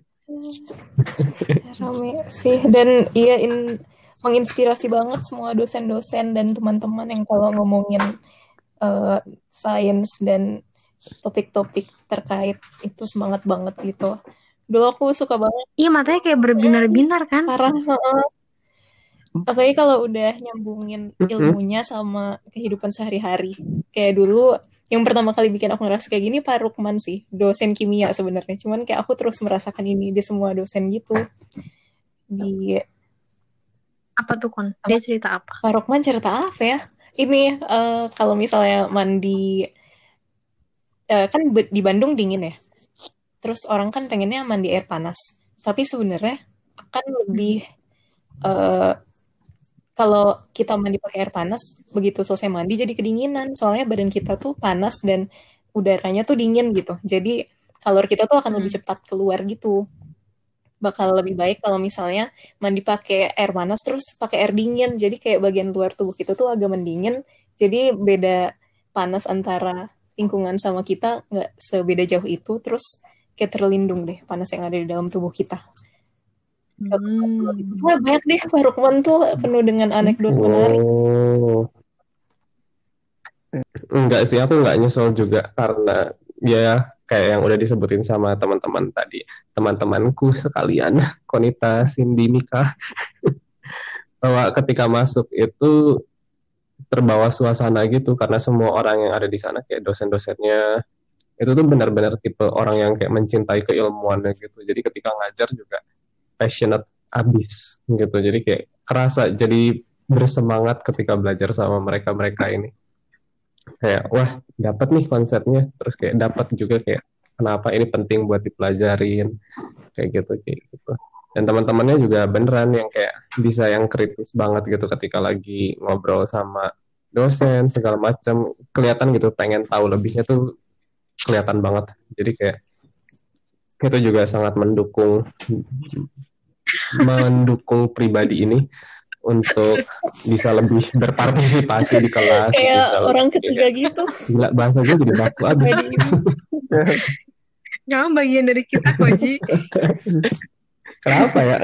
Rame sih, dan menginspirasi banget semua dosen-dosen dan teman-teman yang kalau ngomongin sains dan topik-topik terkait itu semangat banget gitu. Dulu aku suka banget. Iya, matanya kayak berbinar-binar kan? Parah. Apalagi kalau udah nyambungin ilmunya sama kehidupan sehari-hari. Kayak dulu yang pertama kali bikin aku ngerasa kayak gini Pak Rukman sih, dosen kimia sebenarnya. Cuman kayak aku terus merasakan ini di semua dosen gitu. Apa tuh, Kon? Dia cerita apa? Pak Rukman cerita apa ya? Ini kalau misalnya mandi kan di Bandung dingin ya. Terus orang kan pengennya mandi air panas. Tapi sebenarnya akan lebih kalau kita mandi pakai air panas, begitu selesai mandi jadi kedinginan. Soalnya badan kita tuh panas dan udaranya tuh dingin gitu. Jadi kalori kita tuh akan lebih cepat keluar gitu. Bakal lebih baik kalau misalnya mandi pakai air panas terus pakai air dingin. Jadi kayak bagian luar tubuh kita tuh agak mendingin. Jadi beda panas antara lingkungan sama kita nggak sebeda jauh itu. Terus kayak terlindung deh panas yang ada di dalam tubuh kita. Hmm. Wah, banyak deh Pak Rukman tuh penuh dengan anekdot menarik. Oh, enggak sih, aku enggak nyesel juga karena ya kayak yang udah disebutin sama teman-teman tadi, teman-temanku sekalian, Konita, Cindy, Mika, bahwa ketika masuk itu terbawa suasana gitu karena semua orang yang ada di sana kayak dosen-dosennya itu tuh benar-benar tipe orang yang kayak mencintai keilmuannya gitu. Jadi ketika ngajar juga passionate abis gitu. Jadi kayak kerasa jadi bersemangat ketika belajar sama mereka-mereka ini. Kayak wah dapat nih konsepnya, terus kayak dapat juga kayak kenapa ini penting buat dipelajarin kayak gitu. Dan teman-temannya juga beneran yang kayak bisa yang kritis banget gitu ketika lagi ngobrol sama dosen segala macam, kelihatan gitu pengen tahu lebihnya tuh kelihatan banget. Jadi kayak itu juga sangat mendukung pribadi ini untuk bisa lebih berpartisipasi di kelas. Kayak bisa orang lebih, ketiga gitu. gila bahasa gue jadi baku abis. Pribadi ini. Kamu bagian dari kita kok, Ji. Kenapa ya?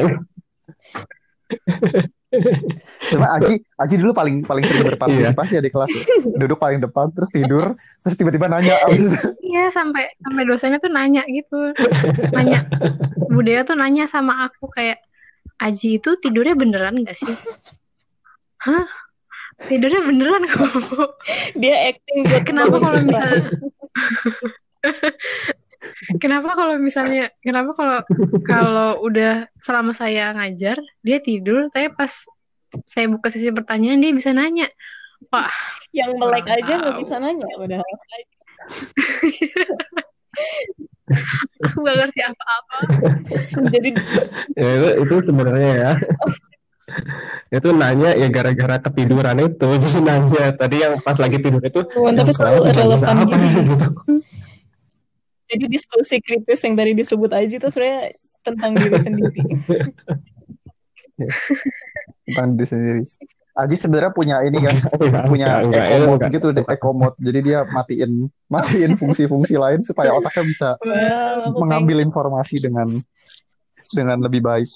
Cuma Aji dulu paling sering berpartisipasi ya di kelas ya. Duduk paling depan terus tidur terus tiba-tiba nanya abis itu. Iya, sampai dosennya tuh nanya gitu. Nanya. Budaya tuh nanya sama aku kayak, Aji itu tidurnya beneran gak sih? Hah? Tidurnya beneran kok. Dia acting buat Kenapa ngomong kalau kita. misalnya kenapa kalau udah selama saya ngajar dia tidur, tapi pas saya buka sesi pertanyaan dia bisa nanya. Wah, Yang melek kurang aja nggak tahu. bisa nanya padahal. Aku gak ngerti apa-apa. Jadi Ya, itu sebenarnya ya. Itu nanya ya gara-gara ketiduran itu. Jadi nanya tadi yang pas lagi tidur itu. tapi selalu kenapa relevan apa gitu. gitu. Jadi diskusi kritis yang tadi disebut Aji itu sebenarnya tentang diri sendiri. Tentang diri sendiri. Aji sebenarnya punya ini kan, punya Enggak, eco mode enggak. gitu deh, eco mode. Jadi dia matiin fungsi-fungsi lain supaya otaknya bisa Wah, aku mengambil informasi dengan lebih baik.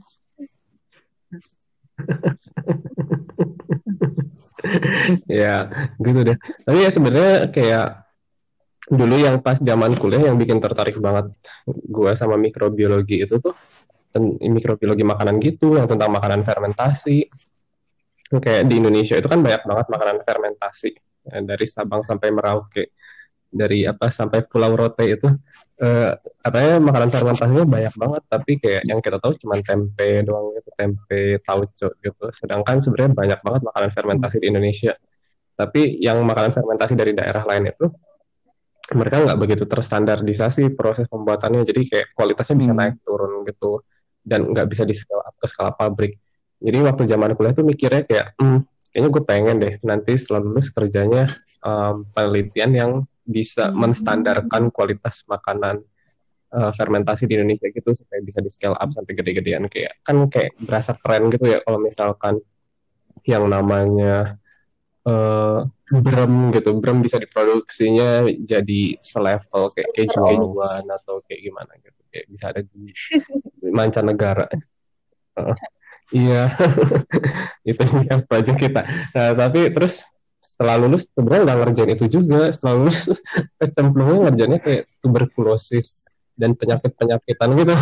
Ya, gitu deh. Tapi ya sebenarnya kayak dulu yang pas zaman kuliah yang bikin tertarik banget gue sama mikrobiologi itu tuh mikrobiologi makanan gitu, yang tentang makanan fermentasi. Kayak di Indonesia itu kan banyak banget makanan fermentasi ya, dari Sabang sampai Merauke, dari apa sampai Pulau Rote itu katanya makanan fermentasinya banyak banget, tapi kayak yang kita tahu cuma tempe doang gitu, tempe tauco gitu. Sedangkan sebenarnya banyak banget makanan fermentasi di Indonesia. Tapi yang makanan fermentasi dari daerah lain itu mereka nggak begitu terstandardisasi proses pembuatannya, jadi kayak kualitasnya bisa naik turun gitu dan nggak bisa di scale up ke skala pabrik. Jadi waktu zaman kuliah tuh mikirnya kayak kayaknya gue pengen deh nanti setelah lulus kerjanya penelitian yang bisa menstandarkan kualitas makanan fermentasi di Indonesia gitu supaya bisa di scale up sampai gede-gedean. Kayak kan kayak berasa keren gitu ya kalau misalkan yang namanya brem gitu, brem bisa diproduksinya jadi selevel kayak kejuan atau kayak gimana gitu, kayak bisa ada di mancanegara. Iya, itu yang pelajar kita. Nah, tapi terus setelah lulus sebenarnya nggak ngerjain itu juga. Setelah lulus kecemplungnya ngerjainnya kayak tuberkulosis dan penyakit-penyakitan gitu.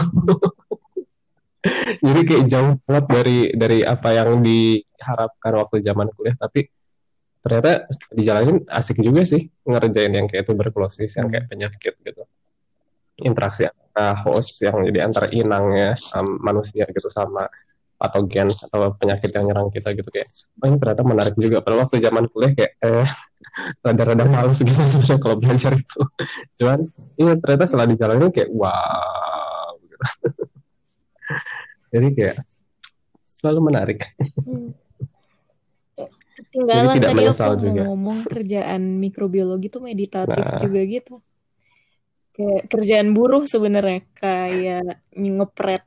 Jadi kayak jauh banget dari apa yang diharapkan waktu zaman kuliah. Tapi ternyata dijalanin asik juga sih ngerjain yang kayak tuberkulosis, yang kayak penyakit gitu. Interaksi antara host yang jadi antara inangnya manusia gitu sama patogen atau penyakit yang nyerang kita gitu, kayak ini ternyata menarik juga. Pada waktu zaman kuliah kayak rada-rada males gitu sebenarnya kalau belajar itu. Cuman ini ternyata setelah dijalanin kayak wow gitu. Jadi kayak selalu menarik. Ketinggalan tidak tadi menyesal aku juga. ngomong kerjaan mikrobiologi tuh meditatif juga gitu. Kayak kerjaan buruh sebenarnya, kayak nyepret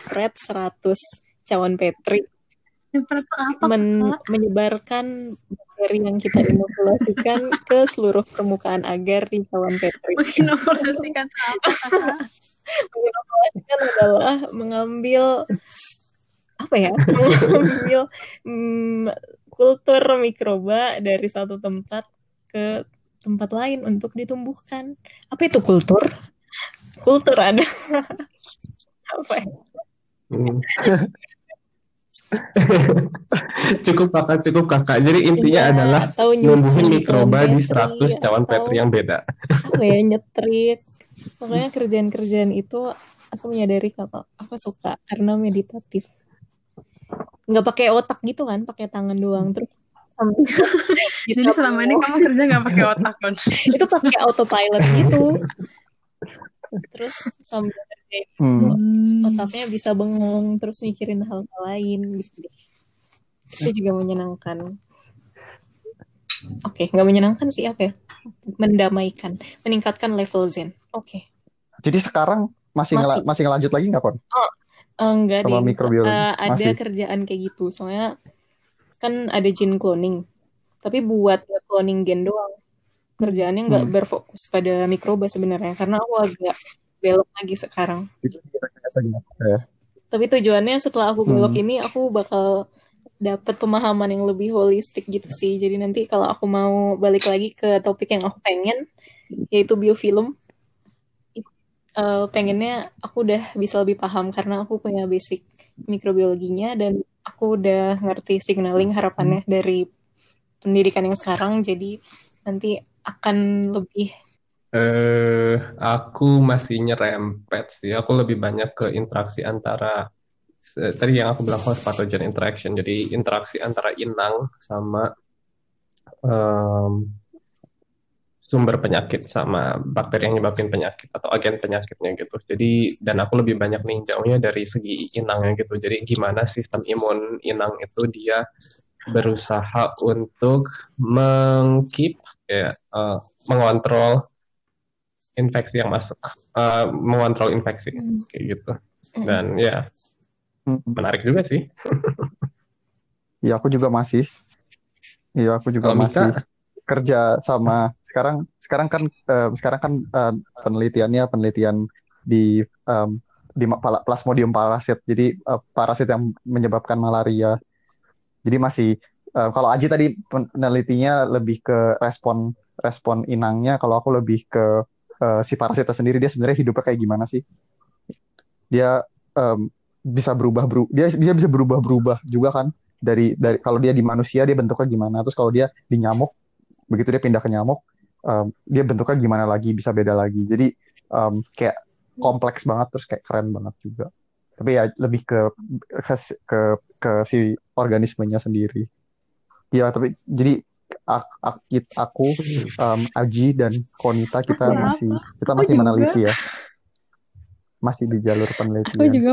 100 cawan Petri. Nyepret apa, Kak? Menyebarkan bakteri yang kita inokulasikan ke seluruh permukaan agar di cawan Petri. Menginovasikan apa kakak? Menginovasikan adalah mengambil mengambil kultur mikroba dari satu tempat ke tempat lain untuk ditumbuhkan. Apa itu kultur? Kultur ada apa ya? Hmm. Cukup kakak. Jadi intinya Iya, adalah atau numbuhin nyuci mikroba cawan di Petri, 100 cawan Petri atau yang beda. apa ya, nyetrik. Pokoknya kerjaan-kerjaan itu aku menyadari kalau aku suka karena meditatif. Nggak pakai otak gitu kan, pakai tangan doang terus sambil bisa Jadi selama ini bengong. kamu kerja nggak pakai otak kan? Itu pakai autopilot gitu. Terus sambil kerjain otaknya bisa bengong terus mikirin hal-hal lain gitu. Itu juga menyenangkan. Oke, nggak menyenangkan sih apa ya? Mendamaikan, meningkatkan level zen. Oke. Jadi sekarang masih ngelanjut lagi nggak, Kon? Enggak Sama deh. mikrobiologi? Ada Masih. kerjaan kayak gitu. Soalnya kan ada gene cloning. Tapi buat cloning gen doang. Kerjaannya nggak berfokus pada mikroba sebenarnya. Karena aku agak belok lagi sekarang. Itu biasa gitu. Ya. Tapi tujuannya setelah aku belok ini, aku bakal dapat pemahaman yang lebih holistik gitu sih. Jadi nanti kalau aku mau balik lagi ke topik yang aku pengen, yaitu biofilm, pengennya aku udah bisa lebih paham karena aku punya basic mikrobiologinya dan aku udah ngerti signaling harapannya dari pendidikan yang sekarang. Jadi nanti akan lebih Aku masih nyerempet sih. Aku lebih banyak ke interaksi antara tadi yang aku bilang host pathogen interaction. Jadi interaksi antara inang sama sumber penyakit sama bakteri yang nyebabin penyakit atau agen penyakitnya gitu. Jadi dan aku lebih banyak ninjaunya dari segi inangnya gitu. Jadi gimana sistem imun inang itu dia berusaha untuk mengontrol infeksi yang masuk, mengontrol infeksi kayak gitu. Dan ya menarik juga sih. Iya, aku juga masih. Kalau Mika kerja sama sekarang kan penelitian di Plasmodium parasit. Jadi parasit yang menyebabkan malaria. Jadi masih kalau Aji tadi penelitinya lebih ke respon inangnya, kalau aku lebih ke si parasitnya sendiri, dia sebenarnya hidupnya kayak gimana sih? Dia bisa bisa berubah juga kan, dari kalau dia di manusia dia bentuknya gimana, terus kalau dia di nyamuk, begitu dia pindah ke nyamuk, dia bentuknya gimana lagi, bisa beda lagi. Jadi kayak kompleks banget, terus kayak keren banget juga. Tapi ya lebih ke si organismenya sendiri. Ya, tapi jadi aku Aji dan Konita kita masih meneliti ya. Masih di jalur penelitian. Aku juga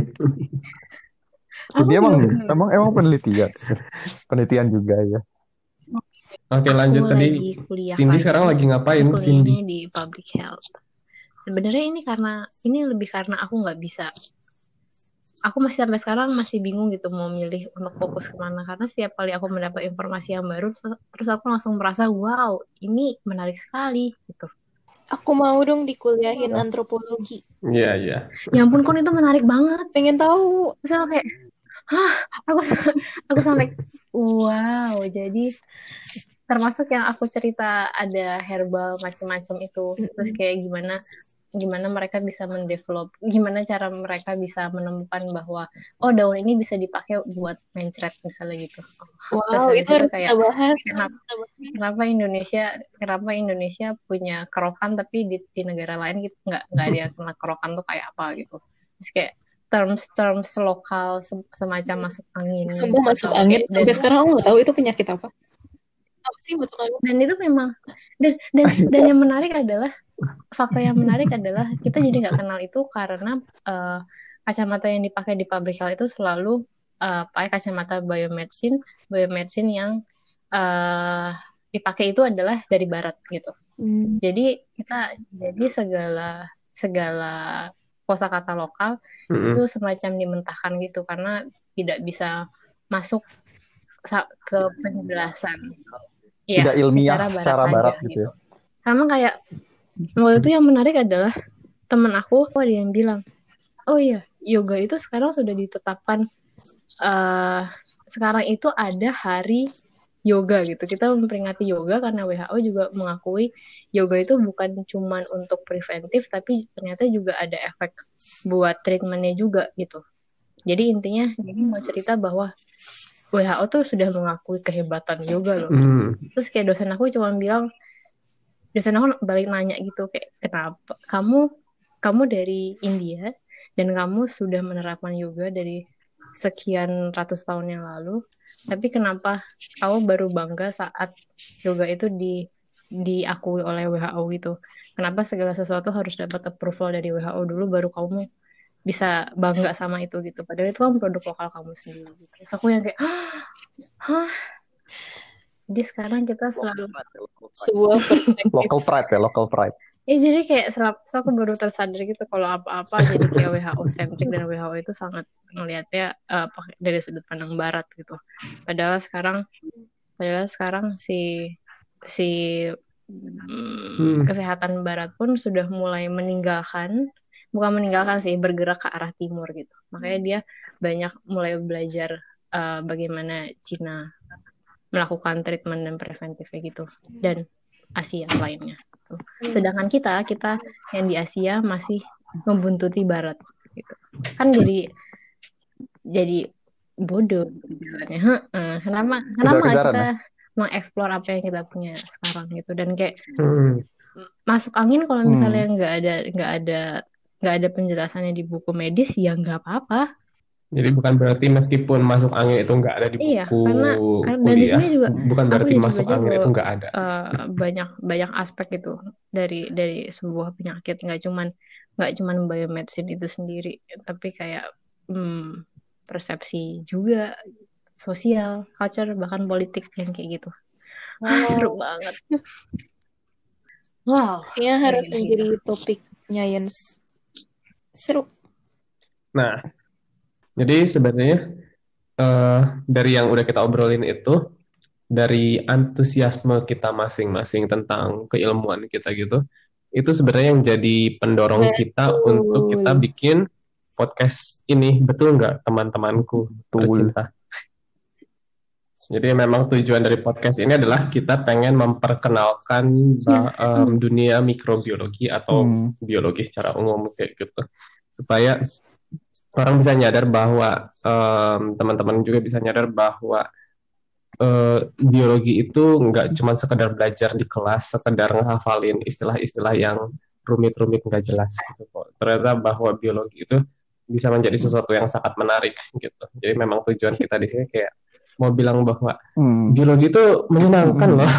Dia emang penelitian. Penelitian juga ya. Oke, lanjut tadi. Cindy sekarang lagi ngapain? Kuliahnya di public health. Sebenarnya ini lebih karena aku nggak bisa. Aku masih sampai sekarang masih bingung gitu mau milih untuk fokus kemana, karena setiap kali aku mendapat informasi yang baru terus aku langsung merasa wow, ini menarik sekali gitu. Aku mau dong dikuliahin antropologi. Iya. Ya ampun, Kon, itu menarik banget. Pengen tahu. Terus aku kayak, aku sampai wow. Jadi termasuk yang aku cerita ada herbal macam-macam itu. Terus kayak gimana mereka bisa mendevelop, gimana cara mereka bisa menemukan bahwa daun ini bisa dipakai buat mencret misalnya gitu. Wow, itu harus kita bahas. Kenapa Indonesia punya kerokan tapi di negara lain gitu nggak ada yang kena kerokan tuh kayak apa gitu. Terus kayak terms lokal semacam masuk angin. Sumpah masuk angin. Sampai sekarang aku nggak tahu itu penyakit apa. Apa sih masuk angin? Dan itu memang dan yang menarik adalah fakta yang menarik adalah kita jadi nggak kenal itu karena kacamata yang dipakai di public health itu selalu pakai kacamata biomedicine yang dipakai itu adalah dari barat gitu. Jadi segala kosakata lokal itu semacam dimentahkan gitu karena tidak bisa masuk ke penjelasan. Iya, Tidak ilmiah secara secara saja barat gitu ya. Sama kayak waktu itu yang menarik adalah temen aku ada yang bilang, oh iya, yoga itu sekarang sudah ditetapkan. Sekarang itu ada hari yoga gitu. Kita memperingati yoga karena WHO juga mengakui yoga itu bukan cuma untuk preventif, tapi ternyata juga ada efek buat treatmentnya juga gitu. Jadi intinya jadi mau cerita bahwa WHO tuh sudah mengakui kehebatan yoga loh. Terus kayak dosen aku balik nanya gitu kayak, kenapa kamu dari India dan kamu sudah menerapkan yoga dari sekian ratus tahun yang lalu, tapi kenapa kamu baru bangga saat yoga itu diakui oleh WHO gitu? Kenapa segala sesuatu harus dapat approval dari WHO dulu baru kamu bisa bangga sama itu gitu? Padahal itu kan produk lokal kamu sendiri gitu. Terus aku yang kayak, hah? Jadi sekarang kita selalu Sebuah perspektif. Local pride. jadi kayak so aku baru tersadar gitu kalau apa-apa jadi kayak WHO centric, dan WHO itu sangat ngelihatnya dari sudut pandang barat gitu. Padahal sekarang si kesehatan barat pun sudah mulai bukan meninggalkan sih, bergerak ke arah timur gitu. Makanya dia banyak mulai belajar bagaimana Cina melakukan treatment dan preventifnya gitu, dan Asia lainnya. Sedangkan kita yang di Asia masih membuntuti Barat gitu. Kan jadi bodoh jalannya. Kenapa Kejar-kejaran kita ya? mengeksplor apa yang kita punya sekarang gitu, dan kayak masuk angin kalau misalnya nggak ada penjelasannya di buku medis ya nggak apa-apa. Jadi bukan berarti meskipun masuk angin itu nggak ada di buku Iya, karena dan di kuliah, sini juga bukan aku berarti jadi masuk belajar angin bahwa itu nggak ada. banyak aspek itu dari sebuah penyakit, nggak cuman biomedicine itu sendiri, tapi kayak persepsi juga, sosial, culture, bahkan politik yang kayak gitu. Seru banget. Wow. Kayaknya harus menjadi topiknya Yens. Seru. Nah, jadi sebenarnya dari yang udah kita obrolin itu, dari antusiasme kita masing-masing tentang keilmuan kita gitu, itu sebenarnya yang jadi pendorong kita untuk kita bikin podcast ini. Betul nggak teman-temanku tercinta? Jadi memang tujuan dari podcast ini adalah kita pengen memperkenalkan dunia mikrobiologi atau biologi secara umum kayak gitu, supaya orang bisa nyadar bahwa teman-teman juga bisa nyadar bahwa biologi itu nggak cuma sekedar belajar di kelas, sekedar ngehafalin istilah-istilah yang rumit-rumit nggak jelas gitu kok. Ternyata bahwa biologi itu bisa menjadi sesuatu yang sangat menarik gitu. Jadi memang tujuan kita di sini kayak mau bilang bahwa biologi itu menyenangkan loh.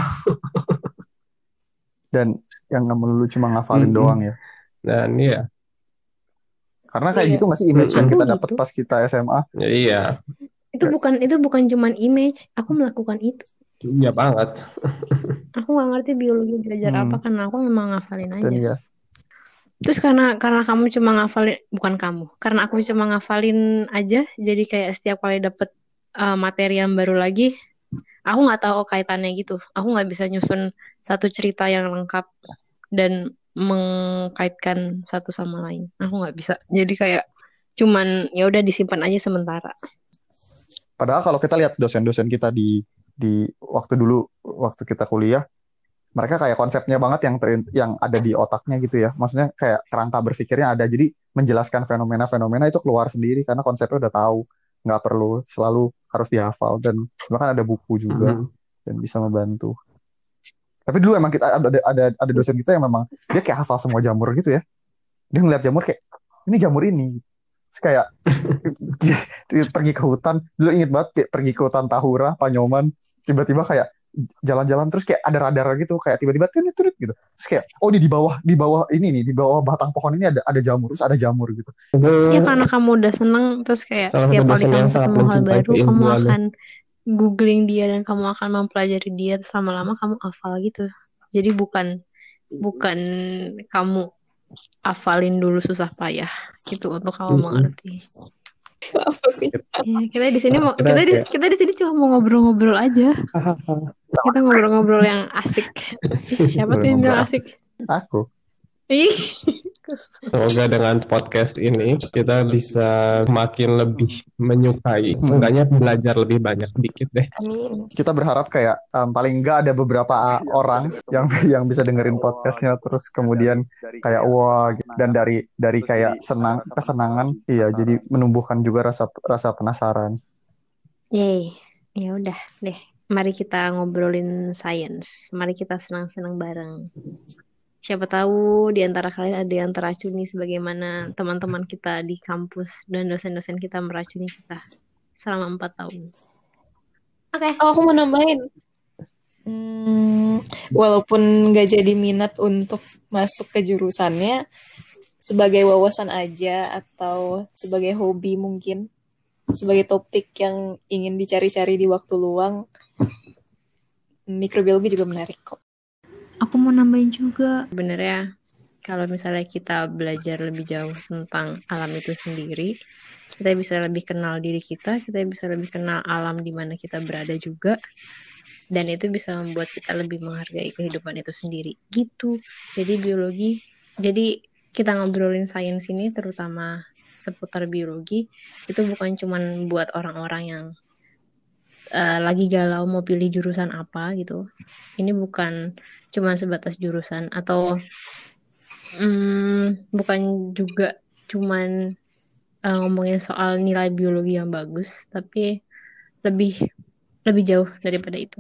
Dan yang nggak melulu cuma ngafalin doang ya. Dan iya. Karena kayak gitu nggak sih image yang kita dapat pas kita SMA? Ya, iya. Itu bukan cuman image, aku melakukan itu. Iya banget. Aku nggak ngerti biologi belajar apa, karena aku memang ngafalin aja. Dan iya. Terus karena kamu cuma ngafalin, bukan kamu, karena aku cuma ngafalin aja, jadi kayak setiap kali dapet materi yang baru lagi, aku nggak tahu kaitannya gitu. Aku nggak bisa nyusun satu cerita yang lengkap dan mengkaitkan satu sama lain. Aku nggak bisa. Jadi kayak cuman ya udah disimpan aja sementara. Padahal kalau kita lihat dosen-dosen kita di waktu kita kuliah, mereka kayak konsepnya banget yang ada di otaknya gitu ya. Maksudnya kayak kerangka berpikirnya ada. Jadi menjelaskan fenomena-fenomena itu keluar sendiri karena konsepnya udah tahu. Nggak perlu selalu harus dihafal. Dan bahkan ada buku juga dan bisa membantu. Tapi dulu emang kita ada dosen kita yang memang dia kayak hafal semua jamur gitu ya. Dia ngeliat jamur kayak, ini jamur ini. Terus kayak pergi ke hutan. Dulu inget banget pergi ke hutan Tahura, Panyoman. Tiba-tiba kayak jalan-jalan terus kayak ada radar gitu, kayak tiba-tiba turut gitu. Terus kayak di bawah ini nih, di bawah batang pohon ini ada jamur, terus ada jamur gitu. Ya karena kamu udah seneng, terus kayak setiap kali kamu ketemu hal baru, kamu akan googling dia dan kamu akan mempelajari dia, terus lama-lama kamu hafal gitu. Jadi bukan kamu hafalin dulu susah payah gitu untuk kamu mengerti. Apa sih? Ya, kita di sini mau Kita kayak kita di sini cuma mau ngobrol-ngobrol aja. Kita ngobrol-ngobrol yang asik. Siapa tuh yang bilang asik? Aku. Ih. semoga dengan podcast ini kita bisa makin lebih menyukai, seenggaknya belajar lebih banyak dikit deh. Amin. Kita berharap kayak paling enggak ada beberapa orang yang bisa dengerin podcastnya terus kemudian kayak wah gitu. Dan dari kayak kesenangan, iya jadi menumbuhkan juga rasa penasaran. Yeay. Ya udah deh. Mari kita ngobrolin sains. Mari kita senang-senang bareng. Siapa tahu di antara kalian ada yang teracuni sebagaimana teman-teman kita di kampus dan dosen-dosen kita meracuni kita selama 4 tahun. Oke. Oh, aku mau nambahin. Walaupun nggak jadi minat untuk masuk ke jurusannya, sebagai wawasan aja atau sebagai hobi mungkin, sebagai topik yang ingin dicari-cari di waktu luang, mikrobiologi juga menarik kok. Aku mau nambahin juga. Sebenarnya kalau misalnya kita belajar lebih jauh tentang alam itu sendiri, kita bisa lebih kenal diri kita bisa lebih kenal alam di mana kita berada juga. Dan itu bisa membuat kita lebih menghargai kehidupan itu sendiri. Gitu. Jadi kita ngobrolin sains ini terutama seputar biologi, itu bukan cuma buat orang-orang yang lagi galau mau pilih jurusan apa gitu. Ini bukan cuma sebatas jurusan atau bukan juga cuman ngomongin soal nilai biologi yang bagus, tapi lebih jauh daripada itu.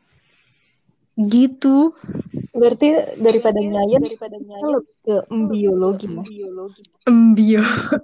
Gitu. Berarti daripada nyayat, kita lebih ke biologi mas. Embio.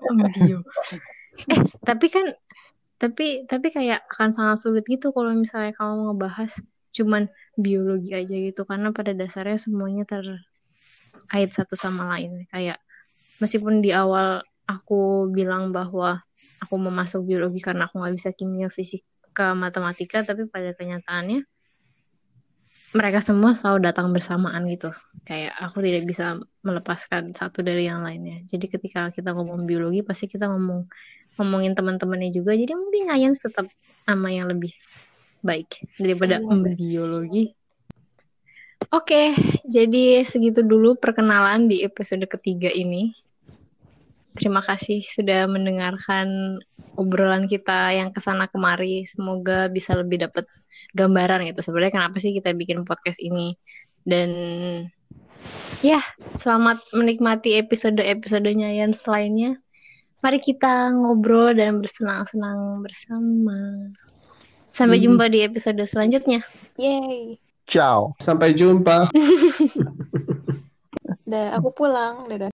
Tapi kayak akan sangat sulit gitu kalau misalnya kamu ngebahas cuman biologi aja gitu, karena pada dasarnya semuanya terkait satu sama lain. Kayak meskipun di awal aku bilang bahwa aku mau masuk biologi karena aku nggak bisa kimia, fisika, matematika, tapi pada kenyataannya mereka semua selalu datang bersamaan gitu. Kayak aku tidak bisa melepaskan satu dari yang lainnya. Jadi ketika kita ngomong biologi, pasti kita ngomongin teman-temannya juga. Jadi mungkin Ngayans tetap nama yang lebih baik daripada biologi. Oke, jadi segitu dulu perkenalan di episode ketiga ini. Terima kasih sudah mendengarkan obrolan kita yang kesana kemari. Semoga bisa lebih dapat gambaran gitu sebenarnya kenapa sih kita bikin podcast ini. Dan ya, selamat menikmati episode-episodenya yang selainnya. Mari kita ngobrol dan bersenang-senang bersama. Sampai jumpa di episode selanjutnya. Yeay. Ciao. Sampai jumpa. Udah, aku pulang. Dadah.